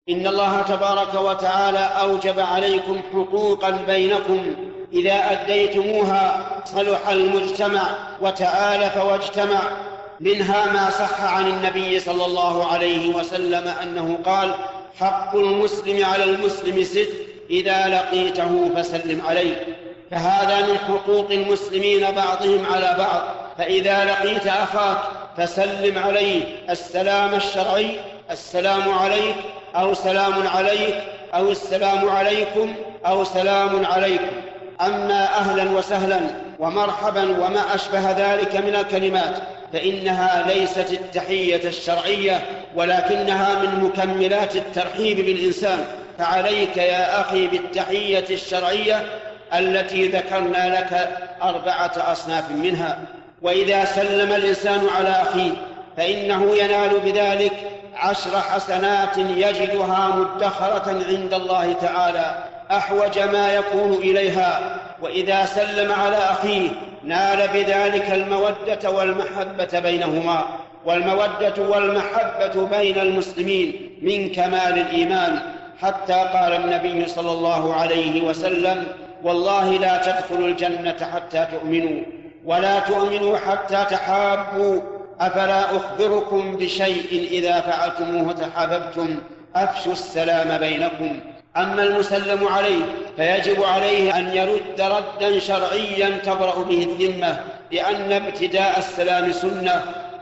إن الله تبارك وتعالى أوجب عليكم حقوقا بينكم إذا أديتموها صلح المجتمع وتآلف واجتمع. منها ما صح عن النبي صلى الله عليه وسلم أنه قال: حق المسلم على المسلم ست، إذا لقيته فسلم عليه. فهذا من حقوق المسلمين بعضهم على بعض. فإذا لقيت أخاك فسلم عليه السلام الشرعي: السلام عليك، أو سلام عليك، أو السلام عليكم، أو سلام عليكم. أما أهلا وسهلا ومرحبا وما أشبه ذلك من الكلمات فإنها ليست التحية الشرعية، ولكنها من مكملات الترحيب بالإنسان. فعليك يا أخي بالتحية الشرعية التي ذكرنا لك 4 أصناف منها. وإذا سلم الإنسان على أخيه فإنه ينال بذلك 10 حسنات يجدها مدخرة عند الله تعالى أحوج ما يكون إليها. وإذا سلم على أخيه نال بذلك المودة والمحبة بينهما. والمودة والمحبة بين المسلمين من كمال الإيمان، حتى قال النبي صلى الله عليه وسلم: والله لا تدخلوا الجنة حتى تؤمنوا، ولا تؤمنوا حتى تحابوا. أفلا أخبركم بشيء إذا فعلتموه تحاببتم؟ أفشوا السلام بينكم. أما المسلم عليه فيجب عليه أن يرد ردا شرعيا تبرأ به الذمة، لأن ابتداء السلام سنة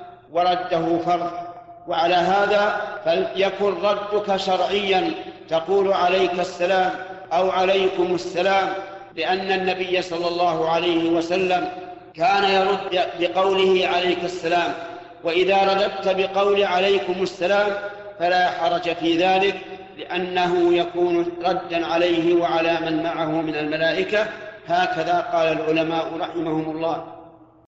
ورده فرض. وعلى هذا فليكن ردك شرعيا، تقول عليك السلام أو عليكم السلام، لأن النبي صلى الله عليه وسلم كان يرد بقوله عليك السلام. وإذا رددت بقول عليكم السلام فلا حرج في ذلك، لأنه يكون ردا عليه وعلى من معه من الملائكة. هكذا قال العلماء رحمهم الله.